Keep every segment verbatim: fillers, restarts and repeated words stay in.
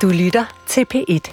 Du lytter til P et.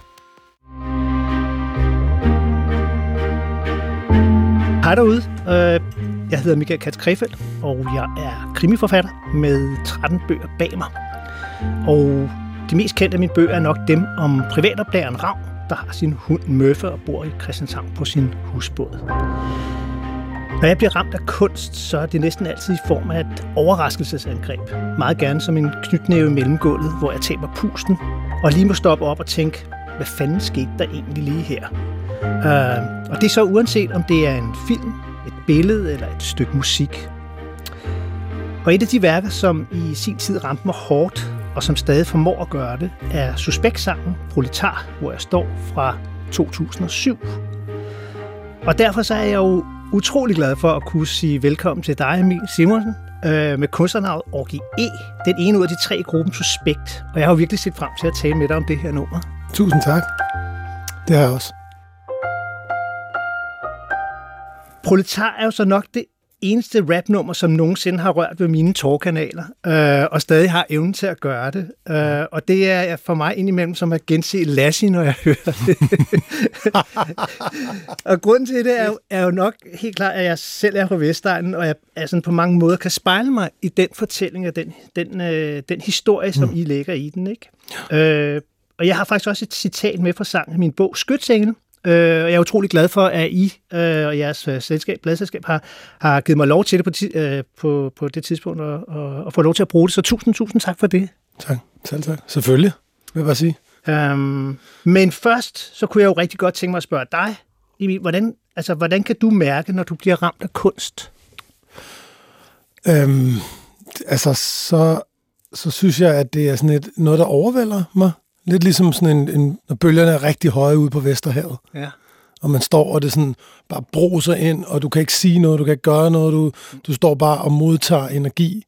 Hej derude. Jeg hedder Michael Katz Krefeld, og jeg er krimiforfatter med tretten bøger bag mig. Og de mest kendte af mine bøger er nok dem om privatopdageren Ravn, der har sin hund Murphy og bor i Christianshavn på sin husbåd. Når jeg bliver ramt af kunst, så er det næsten altid i form af et overraskelsesangreb. Meget gerne som en knytnæve mellem gulvet, hvor jeg taber pusten og lige må stoppe op og tænke, hvad fanden skete der egentlig lige her? Uh, og det er så uanset om det er en film, et billede eller et stykke musik. Og et af de værker, som i sin tid ramte mig hårdt, og som stadig formår at gøre det, er Suspekt-sangen Proletar, hvor jeg står fra to tusind og syv. Og derfor så er jeg jo utrolig glad for at kunne sige velkommen til dig, Emil Simonsen, øh, med kunstnernavnet Orgi E, den ene ud af de tre i gruppen Suspekt. Og jeg har jo virkelig set frem til at tale med dig om det her nummer. Tusind tak. Det har jeg også. Proletar er jo så nok det eneste rapnummer, som nogensinde har rørt ved mine tårkanaler, øh, og stadig har evnen til at gøre det. Øh, og det er for mig indimellem som at gense Lassie, når jeg hører det. Og grunden til det er jo, er jo nok helt klart, at jeg selv er fra Vestegnen, og jeg er sådan på mange måder kan spejle mig i den fortælling og den, den, øh, den historie, som mm. I lægger i den. Ikke? Øh, og jeg har faktisk også et citat med fra sangen i min bog Skytsengel. Uh, jeg er utrolig glad for, at I uh, og jeres uh, selskab, bladselskab har, har givet mig lov til det på, ti- uh, på, på det tidspunkt og, og, og få lov til at bruge det. Så tusind, tusind tak for det. Tak. Selv tak. Selvfølgelig, vil jeg bare sige. Um, men først, så kunne jeg jo rigtig godt tænke mig at spørge dig, Emil, hvordan, altså, hvordan kan du mærke, når du bliver ramt af kunst? Um, altså, så, så synes jeg, at det er sådan et, noget, der overvælder mig. Lidt ligesom sådan en, en, når bølgerne er rigtig høje ude på Vesterhavet. Ja. Og man står, og det sådan bare bruser ind, og du kan ikke sige noget, du kan ikke gøre noget, du, du står bare og modtager energi.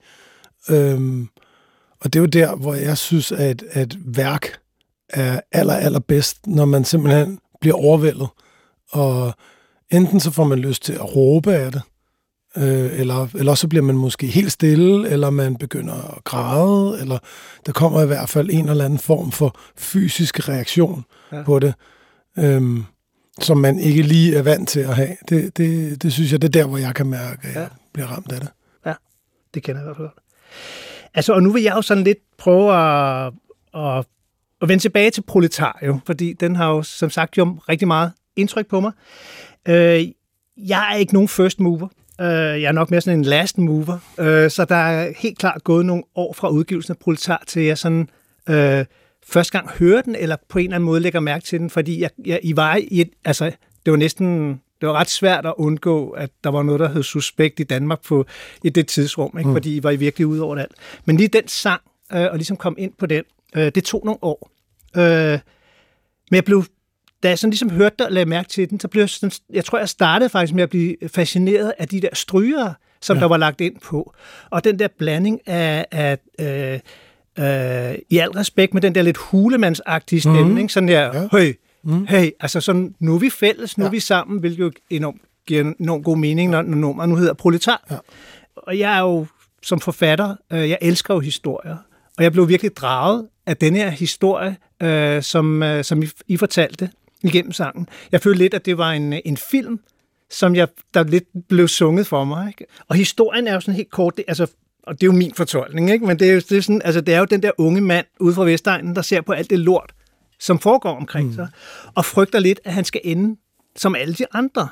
Øhm, og det er jo der, hvor jeg synes, at, at værk er aller, allerbedst, når man simpelthen bliver overvældet. Og enten så får man lyst til at råbe af det, øh, eller, eller så bliver man måske helt stille, eller man begynder at græde, eller der kommer i hvert fald en eller anden form for fysisk reaktion ja. på det, øhm, som man ikke lige er vant til at have. Det, det, det synes jeg, det er der, hvor jeg kan mærke, at jeg ja. bliver ramt af det. Ja, det kender jeg i hvert fald godt. Altså, og nu vil jeg jo sådan lidt prøve at, at, at vende tilbage til Proletar, jo, fordi den har jo som sagt jo rigtig meget indtryk på mig. Øh, jeg er ikke nogen first mover. Jeg er nok mere sådan en last mover, så der er helt klart gået nogle år fra udgivelsen af Proletar, til jeg sådan øh, første gang hører den, eller på en eller anden måde lægger mærke til den, fordi jeg, jeg, I var i et, altså, det var næsten, det var ret svært at undgå, at der var noget, der hed Suspekt i Danmark på, i det tidsrum, ikke? Mm. Fordi I var virkelig ude over det alt. Men lige den sang, øh, og ligesom kom ind på den, øh, det tog nogle år. Øh, men jeg blev Da jeg sådan ligesom hørte dig og lagde mærke til den, så blev jeg sådan, jeg tror, jeg startede faktisk med at blive fascineret af de der strygere, som ja. der var lagt ind på. Og den der blanding af, af øh, øh, i al respekt med den der lidt hulemandsagtige stemning, mm-hmm. sådan der, ja. høj, mm. hey, altså sådan, nu er vi fælles, nu ja. er vi sammen, hvilket jo enormt, giver enormt god mening, når, når nummeret nu hedder Proletar. Ja. Og jeg er jo som forfatter, øh, jeg elsker jo historier, og jeg blev virkelig draget af den her historie, øh, som, øh, som I, I fortalte igennem sangen. Jeg følte lidt, at det var en, en film, som jeg, der lidt blev sunget for mig. Ikke? Og historien er jo sådan helt kort, det, altså, og det er jo min fortolkning, ikke? Men det er, jo, det, er sådan, altså, det er jo den der unge mand ude fra Vestegnen, der ser på alt det lort, som foregår omkring mm. sig, og frygter lidt, at han skal ende som alle de andre.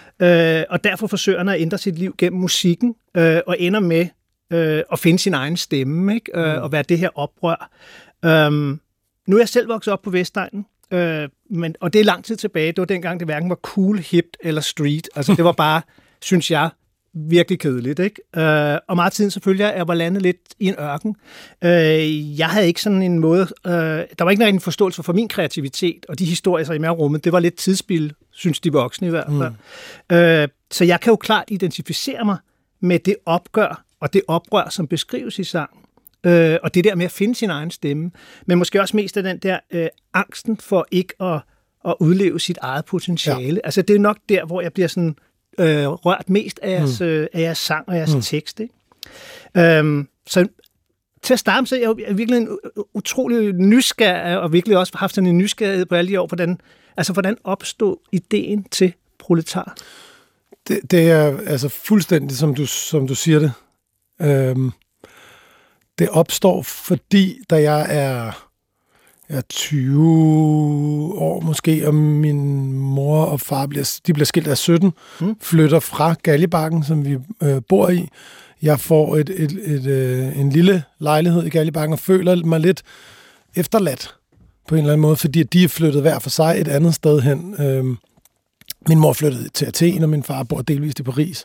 Øh, og derfor forsøger han at ændre sit liv gennem musikken, øh, og ender med øh, at finde sin egen stemme, ikke? Øh, mm. og være det her oprør. Øh, nu er jeg selv vokset op på Vestegnen, Øh, men, og det er lang tid tilbage. Det var dengang, det hverken var cool, hipt eller street. Altså, det var bare, synes jeg, virkelig kedeligt, ikke? Øh, og meget tiden selvfølgelig, jeg var landet lidt i en ørken. Øh, jeg havde ikke sådan en måde... Øh, der var ikke nogen forståelse for min kreativitet, og de historier, som jeg rummede, det var lidt tidsspil, synes de voksne i hvert fald. Mm. Øh, så jeg kan jo klart identificere mig med det opgør og det oprør, som beskrives i sangen. Øh, og det der med at finde sin egen stemme, men måske også mest af den der øh, angsten for ikke at, at udleve sit eget potentiale. Ja. Altså det er nok der, hvor jeg bliver sådan øh, rørt mest af jeres, mm. øh, af jeres sang og jeres mm. tekst. Ikke? Øhm, så til at starte med, så er jeg jo virkelig en utrolig nysgerrig, og virkelig også haft sådan en nysgerrighed på alle de år, hvordan, altså, hvordan opstod ideen til Proletar? Det, det er altså fuldstændig, som du, som du siger det. Øhm, det opstår, fordi da jeg er, jeg er tyve år måske, og min mor og far bliver, de bliver skilt af sytten, mm. flytter fra Galjebakken, som vi øh, bor i. Jeg får et, et, et, et, øh, en lille lejlighed i Galjebakken og føler mig lidt efterladt på en eller anden måde, fordi de er flyttet hver for sig et andet sted hen. Øhm, min mor flyttede til Athen, og min far bor delvist i Paris.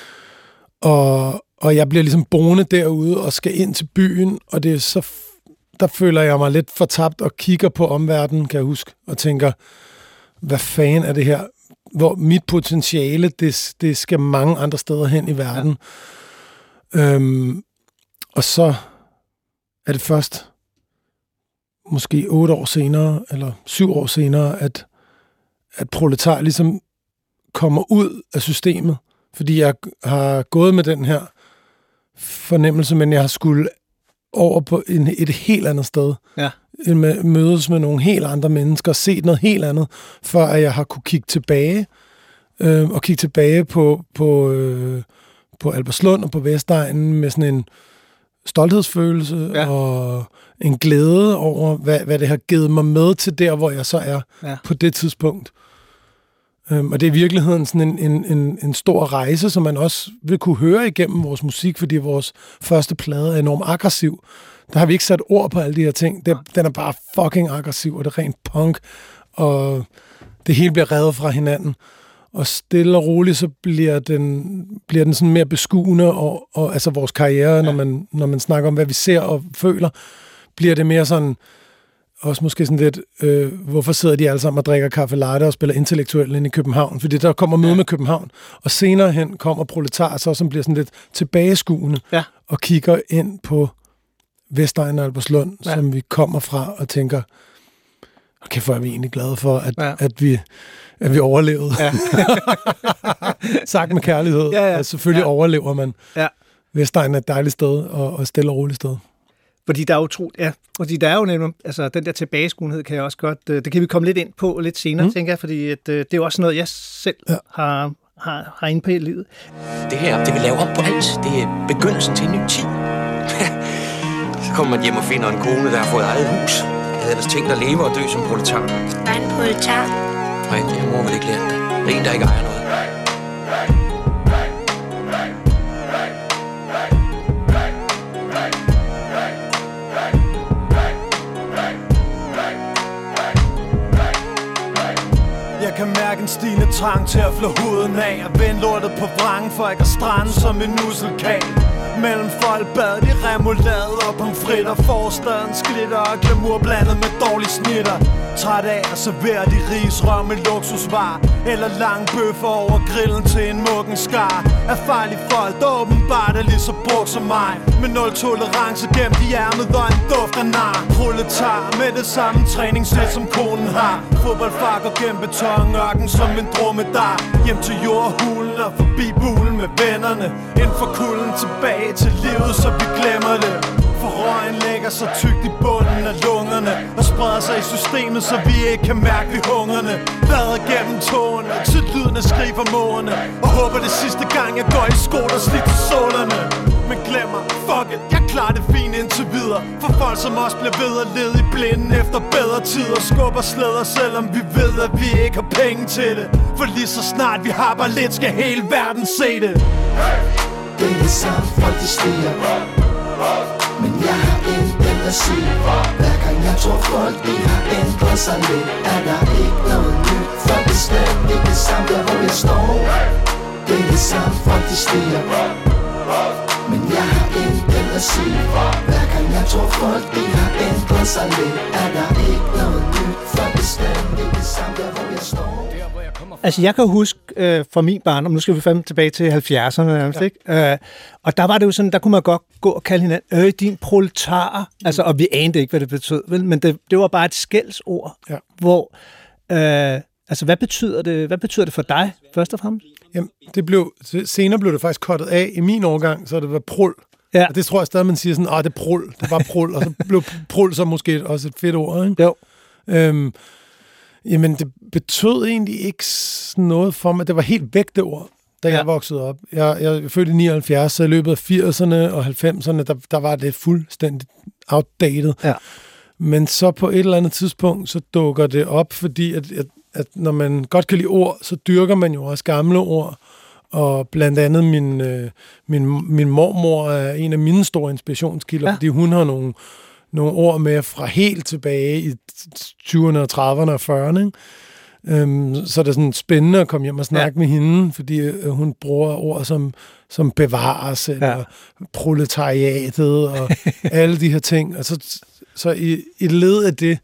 Og, og jeg bliver ligesom boende derude og skal ind til byen, og det er så, der føler jeg mig lidt fortabt og kigger på omverdenen, kan jeg huske, og tænker, hvad fanden er det her? Hvor mit potentiale, det, det skal mange andre steder hen i verden. Ja. Øhm, og så er det først måske otte år senere, eller syv år senere, at, at Proletar ligesom kommer ud af systemet, fordi jeg har gået med den her fornemmelse, men jeg har skulle over på en, et helt andet sted. Ja. Med, mødes med nogle helt andre mennesker, set noget helt andet, før at jeg har kunne kigge tilbage, øh, og kigge tilbage på, på, øh, på Albertslund og på Vestegnen med sådan en stolthedsfølelse ja. og en glæde over, hvad, hvad det har givet mig med til der, hvor jeg så er ja. på det tidspunkt. Um, og det er i virkeligheden sådan en, en, en, en stor rejse, som man også vil kunne høre igennem vores musik, fordi vores første plade er enormt aggressiv. Der har vi ikke sat ord på alle de her ting. Det, den er bare fucking aggressiv, og det er rent punk, og det hele bliver revet fra hinanden. Og stille og roligt, så bliver den, bliver den sådan mere beskuende, og, og altså vores karriere, ja. når, man, når man snakker om, hvad vi ser og føler, bliver det mere sådan, også måske sådan lidt, øh, hvorfor sidder de alle sammen og drikker kaffe latte og spiller intellektuelt ind i København? Fordi der kommer møde ja. med København, og senere hen kommer Proletar, så som bliver sådan lidt tilbageskuende, ja. og kigger ind på Vestegnen og Albertslund, ja. som vi kommer fra, og tænker, okay, hvor er vi egentlig glade for, at, ja. at, vi, at vi overlevede. Ja. Sagt med kærlighed. Ja, ja. Altså, selvfølgelig ja. overlever man. Ja. Vestegnen er et dejligt sted, og, og et stille og roligt sted. Fordi der er utro, ja, fordi der er jo nemlig, altså den der tilbageskuenhed kan jeg også godt, det kan vi komme lidt ind på lidt senere, mm. tænker jeg, fordi at, det er jo også noget, jeg selv ja. har, har, har inde på i livet. Det her, det vil lave om på alt. Det er begyndelsen til en ny tid. Så kommer man hjem og finder en kone, der har fået eget hus. Jeg havde ellers tænkt at leve og dø som proletar. Hvad er en proletar? Nej, det har mor vel ikke lært det. Det er en, der ikke ejer noget. Jeg kan mærke en stigende trang til at flå huden af og vende lortet på vrangen for ikke at strande som en usselkag. Mellem folk bad de remoulade og pomfritter. Forstadens glitter og glamour blandet med dårlige snitter. Træt af at servere de rigsrør med luksusvarer eller lang bøffer over grillen til en muggen skar af farlige folk, der åbenbart er lige så brugt som mig, med nul tolerance gemt i ærmet og en duft af nar. Proletar med det samme træningssæt som konen har. Fodboldfakker gennem betonørken som en dromedar. Hjem til jordhulen og forbi bulen med vennerne. Ind for kulden tilbage til livet, så vi glemmer det. For røgen lægger sig tykt i bunden af lungerne og spreder sig i systemet, så vi ikke kan mærke vi hungerne. Vader gennem tårene til lyden af skrig fra mågerne, og håber det sidste gang jeg går i sko, der slidt til sålerne. Men glemmer, fuck it, jeg klarer det fint indtil videre. For folk som os bliver ved at lede i blinden efter bedre tider. Skubber slæder, selvom vi ved at vi ikke har penge til det. For lige så snart vi har bare lidt, skal hele verden se det. Det er det samme, folk de stiger, men jeg har intet at sige. Hver gang jeg tror folk de har ændret sig lidt, er der ikke noget nyt. For bestemt ikke det samme der hvor jeg står. Det er det samme, folk de stiger, men jeg har intet at sige. Hver gang jeg tror folk de har ændret sig lidt, er der ikke noget nyt. For bestemt ikke det samme der hvor jeg står. Altså, jeg kan huske øh, fra min barndom, nu skal vi fandme tilbage til halvfjerdserne nærmest, ja. ikke? Øh, og der var det jo sådan, der kunne man godt gå og kalde hinanden, øh, din proletar. Mm. Altså, og vi anede ikke, hvad det betød, vel? Men det, det var bare et skældsord, ja. hvor, øh, altså, hvad betyder det, hvad betyder det for dig, først og fremmest? Jamen, det blev, senere blev det faktisk kottet af i min årgang, så det var prol. Ja. Og det tror jeg stadig, man siger sådan, ah, det er prul, det var prul, og så blev prul så måske også et fedt ord, ikke? Jo. Øhm, jamen, det betød egentlig ikke noget for mig. Det var helt væk, det ord, da ja. jeg voksede op. Jeg, jeg fødte i nioghalvfjerds, så i løbet af firserne og halvfemserne, der, der var det fuldstændig outdated. Ja. Men så på et eller andet tidspunkt, så dukker det op, fordi at, at, at når man godt kan lide ord, så dyrker man jo også gamle ord. Og blandt andet min, øh, min, min mormor er en af mine store inspirationskilder, ja. fordi hun har nogle, nogle ord med fra helt tilbage i tyverne og trediverne og fyrrerne. Ikke? Øhm, så er det sådan spændende at komme hjem og snakke ja. med hende, fordi øh, hun bruger ord som, som bevares, eller ja. proletariatet, og alle de her ting. Og så, så i, i led af det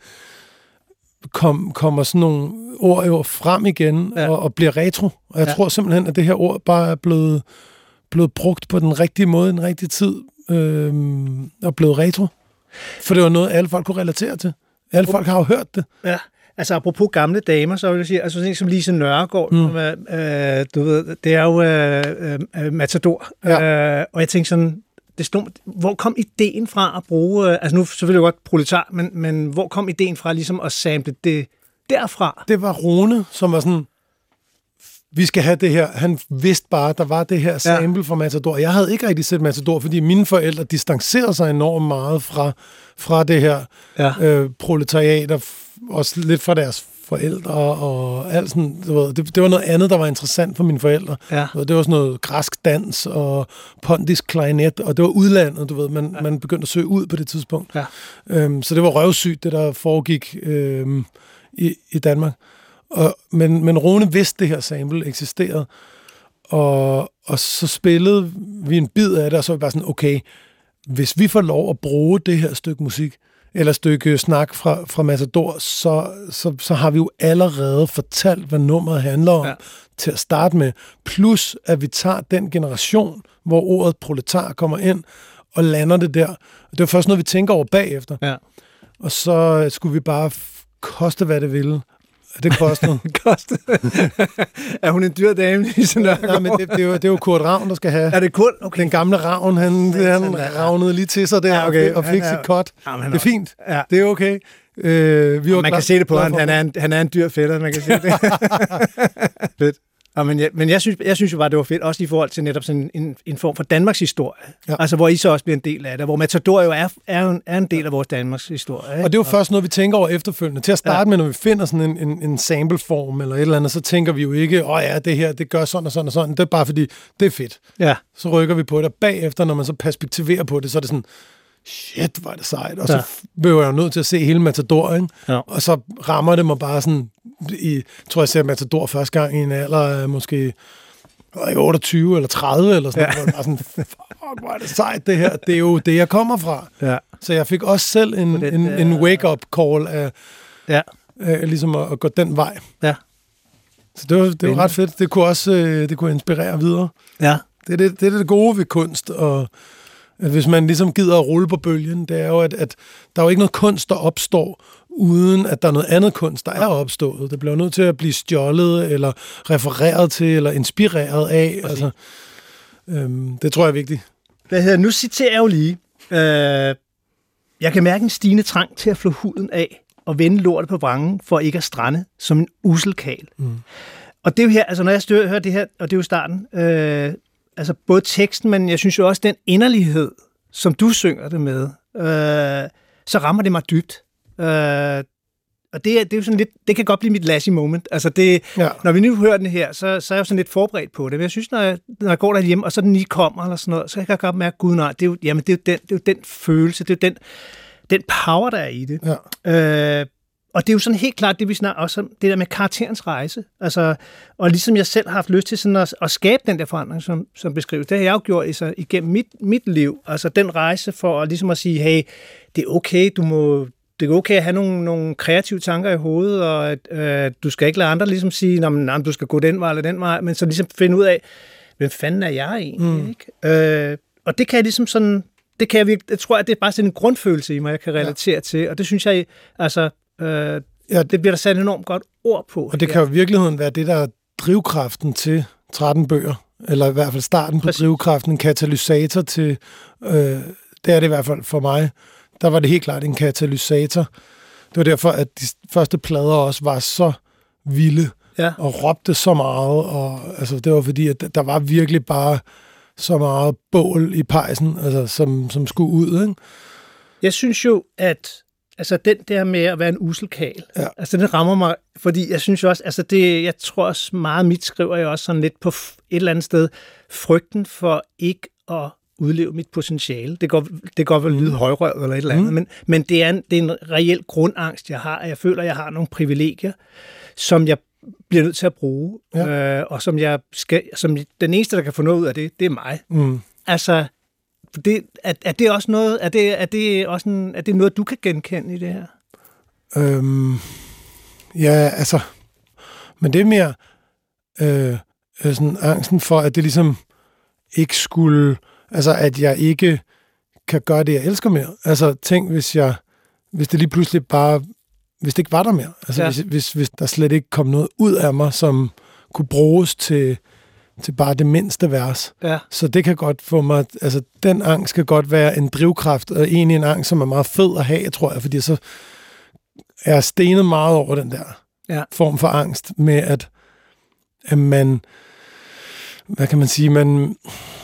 kom, kommer sådan nogle ord jo frem igen ja. og, og bliver retro. Og jeg ja. tror simpelthen, at det her ord bare er blevet, blevet brugt på den rigtige måde, den rigtige tid, øh, og blevet retro. For det var noget, alle folk kunne relatere til. Alle folk har jo hørt det. Ja. Altså, apropos gamle damer, så vil jeg sige, altså sådan en som Lise Nørgaard, mm. som er, øh, du ved, det er jo øh, øh, Matador. Ja. Øh, og jeg tænkte sådan, det stod, hvor kom ideen fra at bruge, øh, altså nu selvfølgelig godt proletar, men, men hvor kom ideen fra ligesom at sample det derfra? Det var Rune, som var sådan, vi skal have det her. Han vidste bare, der var det her sample ja. fra Matador. Jeg havde ikke rigtig set Matador, fordi mine forældre distancerede sig enormt meget fra, fra det her ja. øh, proletariat, og også lidt fra deres forældre, og alt sådan, du ved, det, det var noget andet, der var interessant for mine forældre. Ja. Det var sådan noget græsk dans, og pontisk klarinet, og det var udlandet, du ved, man, ja. man begyndte at søge ud på det tidspunkt. Ja. Øhm, så det var røvsygt, det der foregik øhm, i, i Danmark. Og, men, men Rune vidste, det her sample eksisterede, og, og så spillede vi en bid af det, og så var vi bare sådan, okay, hvis vi får lov at bruge det her stykke musik, eller stykke snak fra, fra Matador, så, så, så har vi jo allerede fortalt, hvad nummeret handler om ja. til at starte med. Plus, at vi tager den generation, hvor ordet proletar kommer ind, og lander det der. Det er først noget, vi tænker over bagefter. Ja. Og så skulle vi bare f- koste, hvad det ville. Det kostede. Kostede. Er hun en dyr dame? Ja, men det, det, er jo, det er jo Kurt Ravn, der skal have. Er det Kurt? Okay. Den gamle Ravn, han, ja, han ravnede lige til sig der, ja, okay. og fik sit cut. Jamen, det er fint. Ja. Det er okay. Øh, vi man kan se det på ham. Han er en, han er en dyr fætter, man kan se det. Fedt. Ja, men jeg, men jeg, synes, jeg synes jo bare, det var fedt, også i forhold til netop sådan en, en form for Danmarks historie. Ja. Altså, hvor I så også bliver en del af det, hvor Matador jo er, er, er en del af vores Danmarks historie. Ikke? Og det er jo først noget, vi tænker over efterfølgende. Til at starte ja. med, når vi finder sådan en, en, en sample-form eller et eller andet, så tænker vi jo ikke, åh ja, det her, det gør sådan og sådan og sådan. Det er bare fordi, det er fedt. Ja. Så rykker vi på det, og bagefter, når man så perspektiverer på det, så er det sådan, shit, hvor er det sejt. Og ja. så bliver jeg jo nødt til at se hele Matador, ikke? Ja. Og så rammer det mig bare sådan, i, tror jeg ser Matador første gang i en alder af måske otteogtyve eller tredive eller sådan ja. noget. Bare sådan, fuck, hvor er det sejt det her. Det er jo det, jeg kommer fra. Ja. Så jeg fik også selv en, den, en, en wake-up call af ja. øh, ligesom at, at gå den vej. Ja. Så det var, det var ret fedt. Det kunne også øh, det kunne inspirere videre. Ja. Det er det, det, er det gode ved kunst, og at hvis man ligesom gider at rulle på bølgen, det er jo, at, at der er jo ikke noget kunst, der opstår, uden at der er noget andet kunst, der er opstået. Det bliver nødt til at blive stjålet, eller refereret til, eller inspireret af. Altså, øhm, det tror jeg er vigtigt. Hvad hedder, nu citerer jeg jo lige. Øh, jeg kan mærke en stigende trang til at flå huden af og vende lortet på vrangen, for ikke at strande som en uselkal. Mm. Og det er jo her, altså når jeg stør, hører det her, og det er jo starten, øh, altså både teksten, men jeg synes jo også den inderlighed, som du synger det med, øh, så rammer det mig dybt. Øh, og det er, det er jo sådan lidt, det kan godt blive mit Lassie moment. Altså det, ja. Når vi nu hører den her, så, så er jeg jo sådan lidt forberedt på det. Men jeg synes, når jeg, når jeg går derhjemme, og så den lige kommer, eller sådan noget, så kan jeg godt mærke, gud nej, det er jo, jamen, det er jo, den, det er jo den følelse, det er jo den, den power, der er i det. Ja. Øh, Og det er jo sådan helt klart det, vi snakker også om, det der med karakterens rejse. Altså, og ligesom jeg selv har haft lyst til sådan at, at skabe den der forandring, som, som beskrives, det har jeg jo gjort altså, igennem mit, mit liv. Altså den rejse for at, ligesom at sige, hey, det er okay, du må, det er okay at have nogle, nogle kreative tanker i hovedet, og at øh, du skal ikke lade andre ligesom sige, nej, du skal gå den vej eller den vej, men så ligesom finde ud af, hvem fanden er jeg egentlig? Mm. Ikke? Øh, og det kan jeg ligesom sådan, det kan jeg virkelig, jeg tror, at det er bare sådan en grundfølelse i mig, jeg kan relatere ja. til, og det synes jeg, altså, Øh, ja, det bliver der sat enormt godt ord på. Og det her. Kan jo i virkeligheden være det, der er drivkraften til tretten bøger. eller i hvert fald starten på drivkraften, en katalysator til, øh, det er det i hvert fald for mig, der var det helt klart en katalysator. Det var derfor, at de første plader også var så vilde, ja. Og råbte så meget, og altså, det var fordi, at der var virkelig bare så meget bål i pejsen, altså, som, som skulle ud, ikke? Jeg synes jo, at altså, den der med at være en uselkal, ja. Altså, den rammer mig, fordi jeg synes jo også, altså, det, jeg tror også meget, mit skriver jeg også sådan lidt på et eller andet sted, frygten for ikke at udleve mit potentiale. Det går, det går vel lyde højrøvet eller et eller andet, mm. men, men det, er en, det er en reel grundangst, jeg har, og jeg føler, at jeg har nogle privilegier, som jeg bliver nødt til at bruge, ja. øh, og som jeg skal, som den eneste, der kan få noget ud af det, det er mig. Mm. Altså, det, er, er det også noget, er det, er det også en, er det noget, du kan genkende i det her? Øhm, ja, altså, men det er mere øh, sådan angsten for, at det ligesom ikke skulle, altså, at jeg ikke kan gøre det, jeg elsker mere. Altså, tænk, hvis jeg, hvis det lige pludselig bare hvis det ikke var der mere. Altså, ja. hvis, hvis, hvis der slet ikke kom noget ud af mig, som kunne bruges til, til bare det mindste vers. Ja. Så det kan godt få mig, altså den angst skal godt være en drivkraft, og egentlig en angst, som er meget fed at have, tror jeg, fordi så er jeg stenet meget over den der ja. form for angst, med at, at man, hvad kan man sige, man,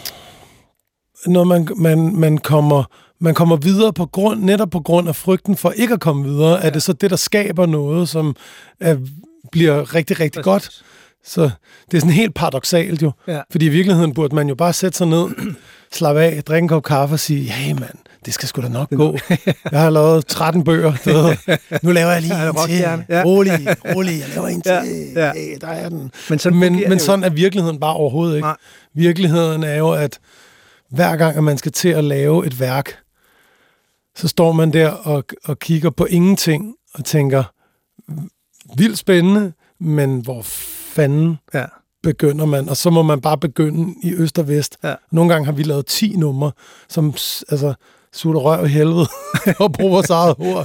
når man, man, man kommer Man kommer videre på grund, netop på grund af frygten for ikke at komme videre, ja. Er det så det, der skaber noget, som er, bliver rigtig, rigtig Præcis. Godt. Så det er sådan helt paradoksalt jo. Ja. Fordi i virkeligheden burde man jo bare sætte sig ned, slappe af, drikke en kop kaffe og sige, ja, mand, det skal sgu da nok gå. Jeg har lavet tretten bøger. Nu laver jeg lige ja, en til. Ja. Rolig, rolig, jeg laver en til. Ja. Ja. Hey, der er den. Men sådan, men, men sådan er virkeligheden bare overhovedet ikke. Nej. Virkeligheden er jo, at hver gang, at man skal til at lave et værk, så står man der og, og kigger på ingenting og tænker, vildt spændende, men hvor fanden ja. Begynder man? Og så må man bare begynde i øst og vest. Ja. Nogle gange har vi lavet ti numre, som altså, sutter røv i helvede og bruger vores eget ord.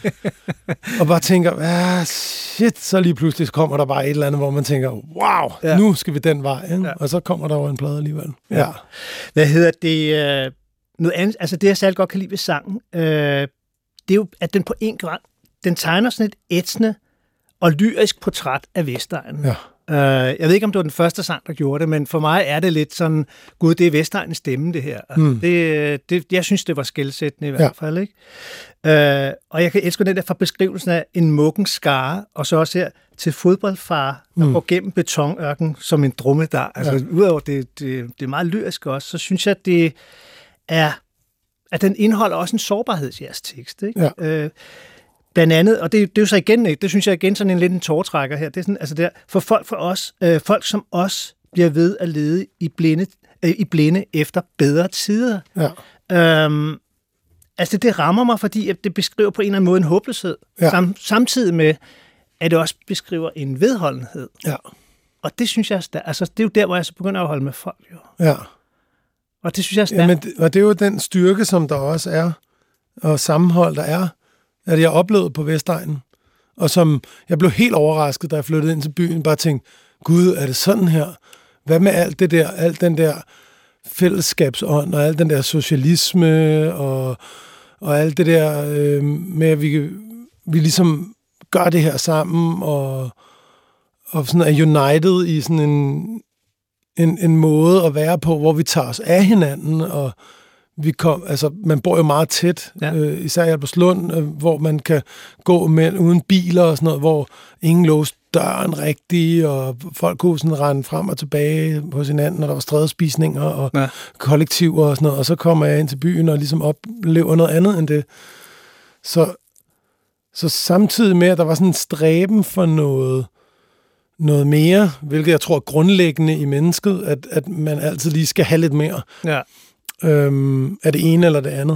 Og bare tænker, ah, shit, så lige pludselig kommer der bare et eller andet, hvor man tænker, wow, ja. Nu skal vi den vej. Ja. Og så kommer der jo en plade alligevel. Ja. Ja. Hvad hedder det? Øh Noget andet, altså det, jeg særligt godt kan lide ved sangen, øh, det er jo, at den på en grad, den tegner sådan et ætsende og lyrisk portræt af Vestegnen. Ja. Øh, jeg ved ikke, om det var den første sang, der gjorde det, men for mig er det lidt sådan, gud, det er Vestegnens stemme, det her. Altså, mm. det, det, jeg synes, det var skelsættende i hvert ja. Fald. Ikke? Øh, og jeg kan elske den der fra beskrivelsen af en muggen skare, og så også her til fodboldfar, der mm. går gennem betonørken som en dromedar. Altså, ja. Udover det, det, det er meget lyrisk også, så synes jeg, at det er, at den indeholder også en sårbarhed i jeres tekst. Ikke? Ja. Øh, blandt andet, og det, det er jo så igen, det synes jeg igen sådan en lidt en tårtrækker her, det er sådan, altså der, for folk for os, øh, folk som os bliver ved at lede i blinde, øh, i blinde efter bedre tider. Ja. Øhm, altså det rammer mig, fordi at det beskriver på en eller anden måde en håbløshed, ja. sam, samtidig med, at det også beskriver en vedholdenhed. Ja. Og det synes jeg, altså det er jo der, hvor jeg så begynder at holde med folk. Jo. Ja. Og det synes jeg er stærkt. Jamen, og det er jo den styrke, som der også er, og sammenhold, der er, at jeg oplevede på Vestegnen. Og som jeg blev helt overrasket, da jeg flyttede ind til byen, bare tænkte, gud, er det sådan her? Hvad med alt det der, alt den der fællesskabsånd, og alt den der socialisme, og, og alt det der øh, med, at vi, vi ligesom gør det her sammen, og, og sådan er united i sådan en... En, en måde at være på, hvor vi tager os af hinanden, og vi kom, altså, man bor jo meget tæt, ja. øh, især i Albertslund, øh, hvor man kan gå med uden biler og sådan noget, hvor ingen låste døren rigtigt, og folk kunne sådan rende frem og tilbage hos hinanden, og der var strædespisninger og ja. Kollektiver og sådan noget, og så kommer jeg ind til byen og ligesom oplever noget andet end det. Så, så samtidig med, at der var sådan en stræben for noget noget mere, hvilket jeg tror er grundlæggende i mennesket, at, at man altid lige skal have lidt mere ja. øhm, af det ene eller det andet.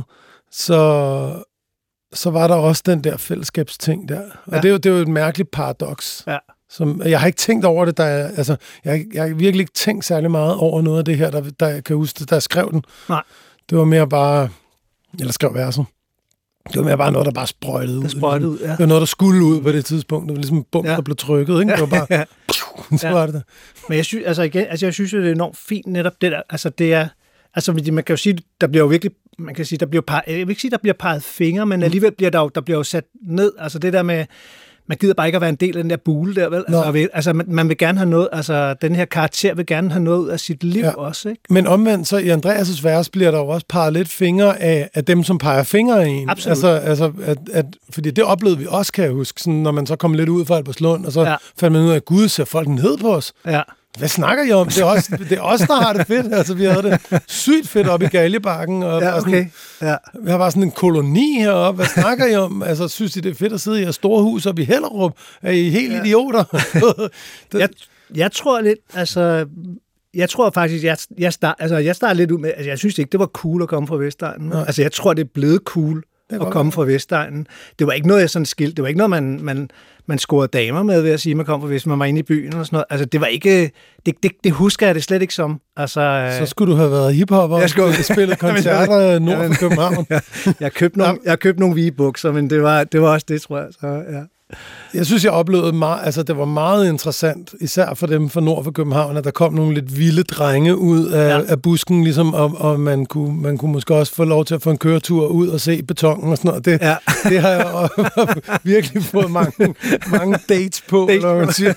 Så, så var der også den der fællesskabsting der. Og ja. det, er jo, det er jo et mærkeligt paradoks. Ja. Som, jeg har ikke tænkt over det, der er, altså, jeg, jeg har virkelig ikke tænkt særlig meget over noget af det her, der, der jeg kan huske, der jeg skrev den. Nej. Det var mere bare, eller skrev verset. Det var mere bare noget, der bare sprøjtede ud. Det sprøjtede ud, ja. Det var noget, der skulle ud på det tidspunkt. Det var ligesom en bum, ja. der blev trykket, ikke? Det var bare... ja. så var det der. Men jeg synes, altså igen, altså jeg synes jo, det er enormt fint netop det der. Altså det er... Altså man kan jo sige, der bliver jo virkelig... Man kan sige, der bliver peget, jeg vil ikke sige, der bliver peget fingre, men alligevel bliver der jo, der bliver jo sat ned. Altså det der med... Man gider bare ikke at være en del af den der bule der, vel? Altså, altså man, man vil gerne have noget, altså den her karakter vil gerne have noget af sit liv ja. også, ikke? Men omvendt, så i Andreas' vers bliver der jo også peget lidt fingre af, af dem, som peger fingre af en. Absolut. Altså, altså at, at, fordi det oplevede vi også, kan jeg huske, sådan, når man så kom lidt ud fra Albertslund, og så ja. fandt man ud af, at Gud ser folk ned på os. Ja. Hvad snakker I om? Det er os, det er os der har det fedt. Altså, vi havde det sygt fedt oppe i Galjebakken. Og ja, okay. Sådan, ja. Vi har bare sådan en koloni heroppe. Hvad snakker I om? Altså, synes I, det er fedt at sidde i jeres store hus oppe i Hellerup? Er I helt ja. idioter? det... jeg, jeg tror lidt, altså... Jeg tror faktisk, jeg, jeg, start, altså, jeg starter lidt ud med... Altså, jeg synes ikke, det var cool at komme fra Vestegnen. Altså, jeg tror, det er blevet cool at komme fra Vestegnen. Det var ikke noget, jeg sådan skilt. Det var ikke noget, man... man man scorede damer med, ved at sige, at man kom fra, hvis man var inde i byen og sådan noget. Altså, det var ikke... Det, det, det husker jeg det slet ikke som. Altså, så skulle du have været hiphopper og skulle... spillet koncerter nord for København. jeg, jeg købte nogle, jeg købte nogle hvide bukser, men det var, det var også det, tror jeg. Så, ja. Jeg synes, jeg oplevede meget, altså det var meget interessant, især for dem fra nord for København, at der kom nogle lidt vilde drenge ud af, ja. af busken, ligesom, og, og man, kunne, man kunne måske også få lov til at få en køretur ud og se betongen og sådan noget. Det, ja. det har jeg også virkelig fået mange, mange dates på. Dates. Man siger.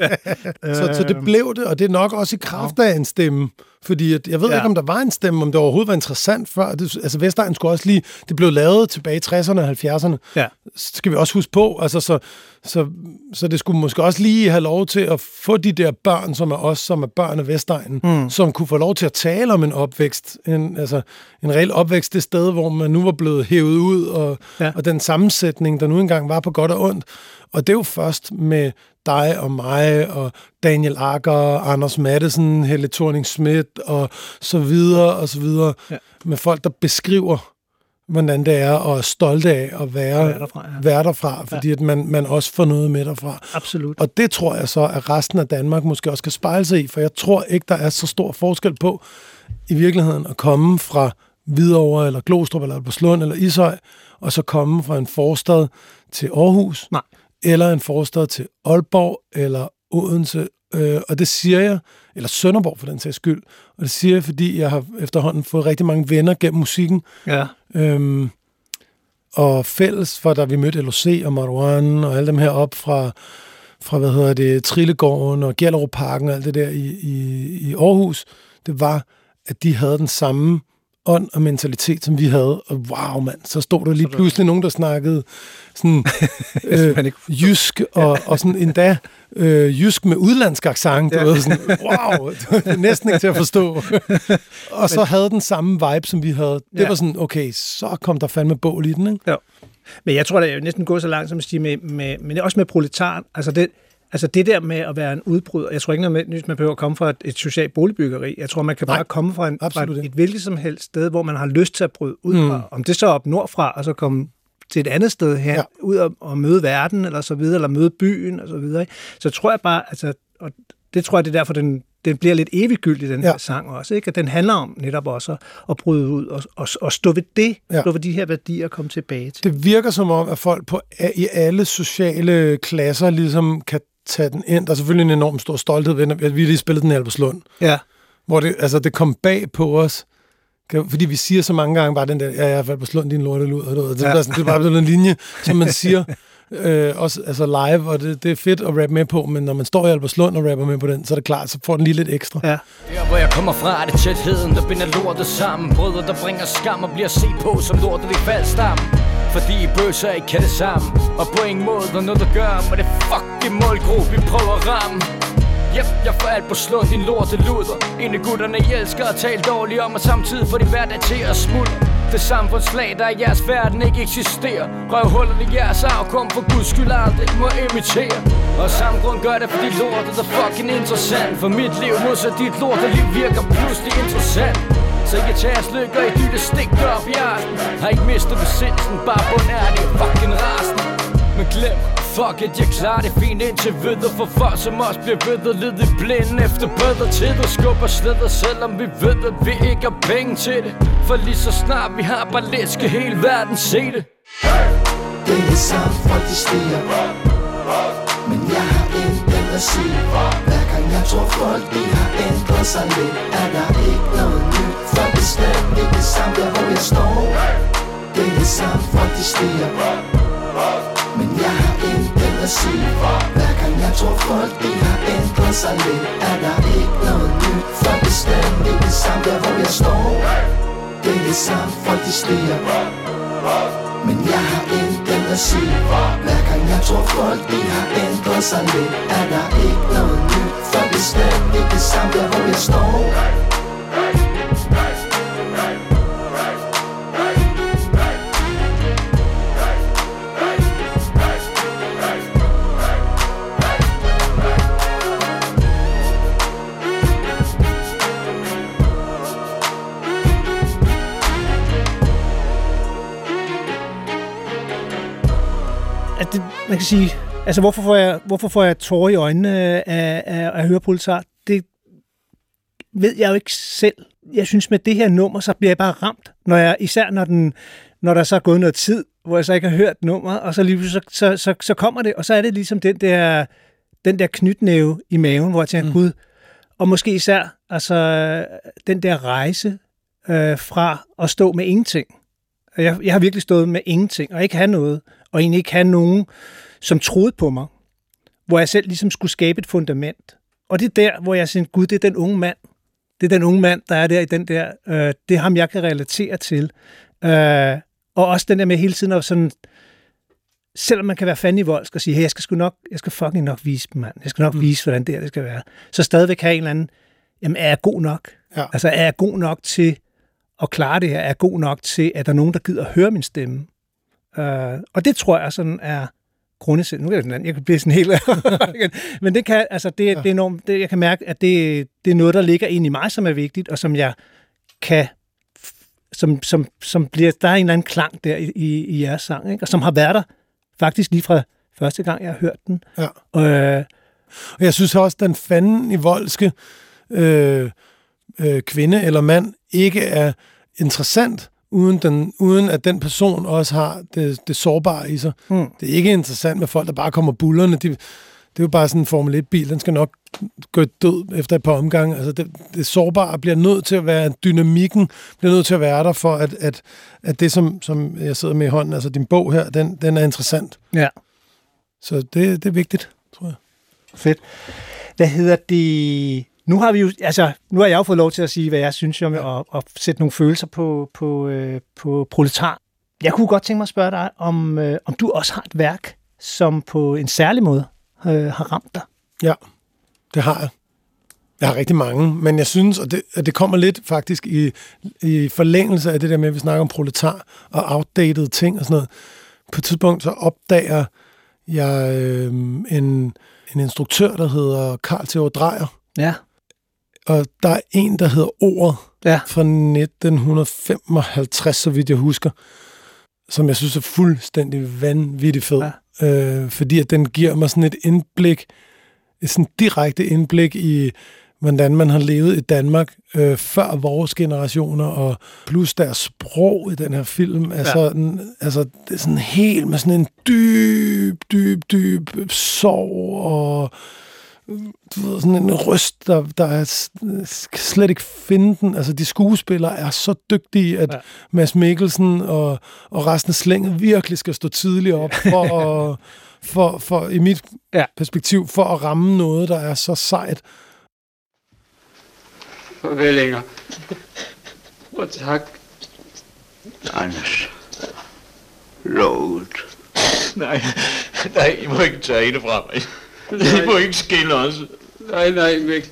så, så det blev det, og det er nok også i kraft af en stemme. Fordi at, jeg ved ja. ikke, om der var en stemme, om det overhovedet var interessant før. Det, altså Vestegnen skulle også lige... Det blev lavet tilbage i tresserne og halvfjerdserne. Ja. Skal vi også huske på. Altså, så, så, så det skulle måske også lige have lov til at få de der børn, som er os, som er børn af Vestegnen, mm. som kunne få lov til at tale om en opvækst. En, altså en reel opvækst, det sted, hvor man nu var blevet hævet ud, og, ja. og den sammensætning, der nu engang var på godt og ondt. Og det er jo først med dig og mig, og Daniel Agger, Anders Mattesen, Helle Thorning-Schmidt, og så videre, og så videre, ja. med folk, der beskriver, hvordan det er, og er stolte af at være, være derfra, ja. være derfra fordi ja. at man, man også får noget med derfra. Absolut. Og det tror jeg så, at resten af Danmark måske også kan spejle sig i, for jeg tror ikke, der er så stor forskel på, i virkeligheden, at komme fra Hvidovre, eller Glostrup, eller Albertslund, eller Ishøj, og så komme fra en forstad til Aarhus, Nej. eller en forstad til Aalborg, eller Odense, øh, og det siger jeg, eller Sønderborg for den sags skyld, og det siger jeg, fordi jeg har efterhånden fået rigtig mange venner gennem musikken, ja. øhm, og fælles, for da vi mødte L O C og Marwan, og alle dem her op fra, fra hvad hedder det, Trillegården og Gellerup Parken og alt det der i, i, i Aarhus, det var, at de havde den samme ånd og mentalitet, som vi havde. Og wow, mand, så stod der lige pludselig nogen, der snakkede sådan øh, jysk, og, og sådan endda øh, jysk med udlandsk accent. Ja. Ved, sådan, wow, det er næsten ikke til at forstå. Og så havde den samme vibe, som vi havde. Det ja. var sådan, okay, så kom der fandme bål i den, ikke? Ja. Men jeg tror, det er næsten gået så langt, som at sige, med, med, men også med proletaren. Altså det, Altså det der med at være en udbryder, jeg tror ikke noget med, man behøver at komme fra et, et socialt boligbyggeri. Jeg tror, man kan Nej, bare komme fra, en, fra et, et hvilket som helst sted, hvor man har lyst til at bryde ud mm. fra. Om det så er op nordfra, og så komme til et andet sted her, ja. ud og, og møde verden, eller så videre, eller møde byen, og så videre. Ikke? Så tror jeg bare, altså, og det tror jeg, det er derfor, den, den bliver lidt eviggyldig, den ja. her sang også. Ikke? At den handler om netop også at, at bryde ud, og, og, og stå ved det, ja. stå ved de her værdier, og komme tilbage til. Det virker som om, at folk på, i alle sociale klasser ligesom kan tage den ind. Der er selvfølgelig en enorm stor stolthed ved, at vi lige spillede den i Albertslund. Ja. Hvor det, altså, det kom bag på os. Fordi vi siger så mange gange bare den der, ja, jeg har Albertslund, din lortelud. Det, ja. det er bare sådan en linje, som man siger øh, også altså live, og det, det er fedt at rappe med på, men når man står i Albertslund og rapper med på den, så er det klart, så får den lige lidt ekstra. Ja. Der hvor jeg kommer fra, er det tætheden, der binder lortet sammen. Brødre, der bringer skam og bliver set på som lortet i faldstamme. Fordi I bøser ikke kan det sammen. Og på ingen måde der noget der gør, men det fucking målgruppe vi prøver at ramme. Yep, jeg får alt på slået din lorteluder. En af gutterne I elsker at tale dårligt om, og samtidig får de hverdag til at smuldre. Det samfundslag, der i jeres verden ikke eksisterer. Røvhullerne i jeres afkom for guds skyld aldrig må imitere. Og samme grund gør det, fordi lortet er fucking interessant. For mit liv modsat dit lorteliv virker pludselig interessant. Så jeg tager jeres lykker i dytte stik op i aften. Har ikke mistet besindelsen, bare bundærlig fucking rasen. Men glem fuck it, jeg klarer det fint indtil videre. For folk som os bliver ved at lede i blind efter bedre tider. Skubber slæder, selvom vi ved at vi ikke har penge til det. For lige så snart vi har bare lidt, skal hele verden se det. Det er det samme, folk de stiger, men jeg har intet at sige. Hver gang jeg tror folk de har ændret sig lidt, er der ikke noget nyt. For bestemt ikke det samme der hvor jeg står. Det er det samme, folk de stiger, men jeg har intet at sige. Hver gang jeg tror folk de har ændret sig lidt, er der ikke noget nyt. For bestemt ikke det samme der hvor jeg står. Det er det samme, folk de stiger, men jeg har intet at sige. Hver gang jeg tror folk de har ændret sig lidt, er der ikke noget nyt. For bestemt ikke det samme der hvor jeg står. At det, man kan sige, altså hvorfor får jeg, hvorfor får jeg tårer i øjnene af, af, af at høre Proletar? Det ved jeg jo ikke selv. Jeg synes med det her nummer, så bliver jeg bare ramt, når jeg, især når, den, når der så er gået noget tid, hvor jeg så ikke har hørt nummeret, og så lige så, så, så, så kommer det, og så er det ligesom den der, den der knytnæve i maven, hvor jeg tænker, mm. Gud, og måske især altså, den der rejse øh, fra at stå med ingenting. Jeg, jeg har virkelig stået med ingenting, og ikke have noget, og egentlig ikke have nogen, som troede på mig, hvor jeg selv ligesom skulle skabe et fundament. Og det er der, hvor jeg siger, Gud, det er den unge mand. Det er den unge mand, der er der i den der, øh, det er ham, jeg kan relatere til. Øh, og også den der med hele tiden at sådan, selvom man kan være fandme i vold, skal sige, hey, jeg skal sgu nok, jeg skal fucking nok vise dem, mand. Jeg skal nok mm. vise, hvordan det her det skal være. Så stadigvæk have en eller anden, jamen er jeg god nok? Ja. Altså er jeg god nok til at klare det her? Er jeg god nok til, at der er nogen, der gider at høre min stemme? Uh, og det tror jeg sådan er grundesæt. Nu er det sådan, jeg kan blive sådan helt men det kan, altså det, ja. det er enormt, det, jeg kan mærke, at det, det er noget, der ligger ind i mig, som er vigtigt, og som jeg kan, som, som, som bliver, der er en eller anden klang der i, i, i jeres sang, ikke? Og som har været der faktisk lige fra første gang, jeg har hørt den. Ja. Uh, og jeg synes også, den fanden i voldske øh, øh, kvinde eller mand ikke er interessant, Uden, den, uden at den person også har det, det sårbare i sig. Mm. Det er ikke interessant med folk, der bare kommer bullerne. De, det er jo bare sådan en Formel et-bil. Den skal nok gå død efter et par omgange. Altså det, det sårbare bliver nødt til at være, dynamikken bliver nødt til at være der, for at, at, at det, som, som jeg sidder med i hånden, altså din bog her, den, den er interessant. Ja. Så det, det er vigtigt, tror jeg. Fedt. Hvad hedder det... Nu har vi jo, altså, nu har jeg jo fået lov til at sige, hvad jeg synes om at, at sætte nogle følelser på, på, øh, på Proletar. Jeg kunne godt tænke mig at spørge dig, om, øh, om du også har et værk, som på en særlig måde øh, har ramt dig. Ja, det har jeg. Jeg har rigtig mange, men jeg synes, og det, at det kommer lidt faktisk i, i forlængelse af det der med, at vi snakker om Proletar og outdated ting og sådan noget. På et tidspunkt så opdager jeg øh, en, en instruktør, der hedder Carl Theodor Dreyer. Ja. Og der er en, der hedder Ordet, ja. Fra nitten femoghalvtreds, så vidt jeg husker, som jeg synes er fuldstændig vanvittigt fed. Ja. Øh, fordi at den giver mig sådan et indblik, et sådan direkte indblik i, hvordan man har levet i Danmark øh, før vores generationer, og plus deres sprog i den her film. Ja. Altså, den, altså, det er sådan helt med sådan en dyb, dyb, dyb sorg og du ved, sådan en røst, der, der er slet ikke finde den. Altså, de skuespillere er så dygtige, at ja. Mads Mikkelsen og, og resten af slænget virkelig skal stå tidligt op for, at, for, for i mit ja. perspektiv, for at ramme noget, der er så sejt. Farvel, Inger. Og tak. Anders. Lovet. Nej, nej, I må ikke tage det fra mig. I må ikke skille os. Nej, nej, Mikkel.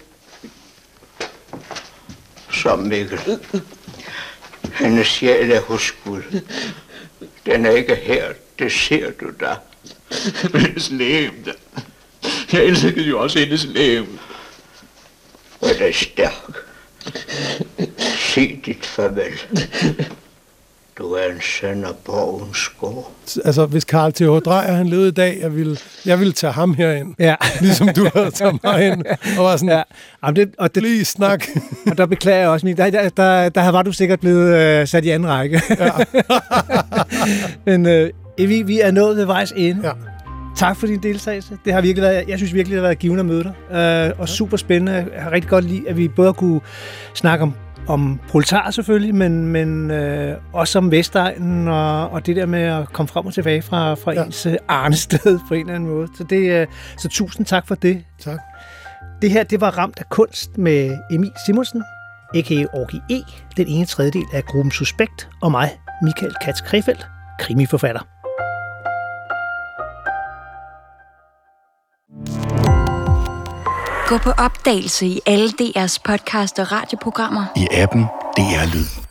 Så Mikkel. Hendes sjæl er hos Gud. Den er ikke her, det ser du da. Hendes lægen, da. Jeg elskede jo også hendes lægen. Og det er stærk. Sig dit farvel. Du er en søn af Borgens gård. Altså, hvis Carl T H. Dreyer, han levede i dag, jeg ville, jeg ville tage ham herind. Ja. Ligesom du havde taget mig ind. Og var sådan, ja. Jamen det, og det, lige snak. Og der beklager jeg også, der, der, der, der var du sikkert blevet øh, sat i anden række. Ja. Men øh, vi, vi er nået ved vejs ende. Ja. Tak for din deltagelse. Det har virkelig været, jeg synes virkelig, det har været givende at møde dig. Øh, og super spændende. Jeg har rigtig godt lide, at vi både kunne snakke om om proletar selvfølgelig, men, men øh, også om Vestegnen og, og det der med at komme frem og tilbage fra, fra ja. ens arnested på en eller anden måde. Så, det, øh, så tusind tak for det. Tak. Det her, det var Ramt af kunst med Emil Simonsen, a k a. Orgi E., den ene tredjedel af gruppen Suspekt, og mig, Michael Katz Krefeld, krimiforfatter. Gå på opdagelse i alle D R's podcast og radioprogrammer. I appen D R Lyd.